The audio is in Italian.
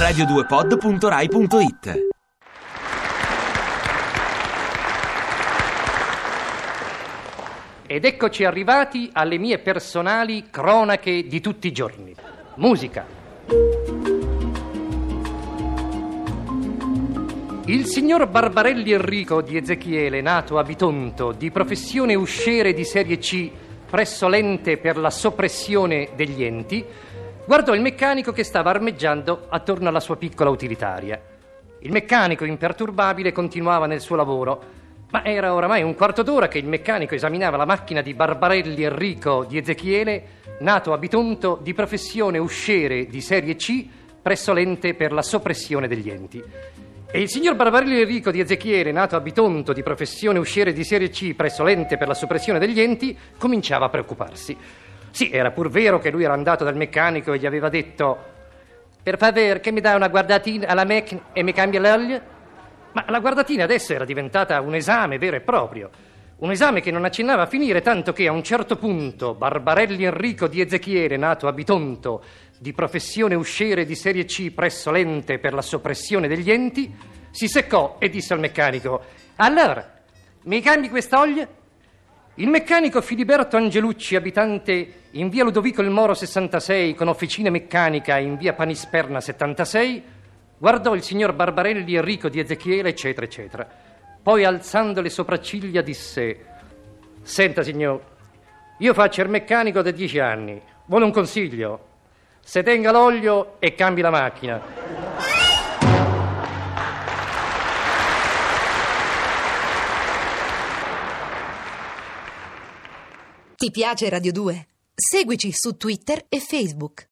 radio2pod.rai.it. Ed eccoci arrivati alle mie personali cronache di tutti i giorni. Musica. Il signor Barbarelli Enrico di Ezechiele, nato a Bitonto, di professione usciere di serie C presso l'ente per la soppressione degli enti, guardò il meccanico che stava armeggiando attorno alla sua piccola utilitaria. Il meccanico, imperturbabile, continuava nel suo lavoro, ma era oramai un quarto d'ora che il meccanico esaminava la macchina di Barbarelli Enrico di Ezechiele, nato a Bitonto, di professione usciere di serie C presso l'ente per la soppressione degli enti. E il signor Barbarelli Enrico di Ezechiele, nato a Bitonto, di professione usciere di serie C presso l'ente per la soppressione degli enti, cominciava a preoccuparsi. Sì, era pur vero che lui era andato dal meccanico e gli aveva detto: per favore, che mi dai una guardatina alla macchina e mi cambia l'olio? Ma la guardatina adesso era diventata un esame vero e proprio. Un esame che non accennava a finire, tanto che a un certo punto Barbarelli Enrico di Ezechiele, nato a Bitonto, di professione usciere di serie C presso l'ente per la soppressione degli enti, si seccò e disse al meccanico: allora, mi cambi quest'olio? Il meccanico Filiberto Angelucci, abitante in via Ludovico il Moro 66, con officina meccanica in via Panisperna 76, guardò il signor Barbarelli Enrico di Ezechiele, eccetera, eccetera. Poi, alzando le sopracciglia, disse: senta, signor, io faccio il meccanico da 10 anni. Vuole un consiglio? Se tenga l'olio e cambi la macchina. Ti piace Radio 2? Seguici su Twitter e Facebook.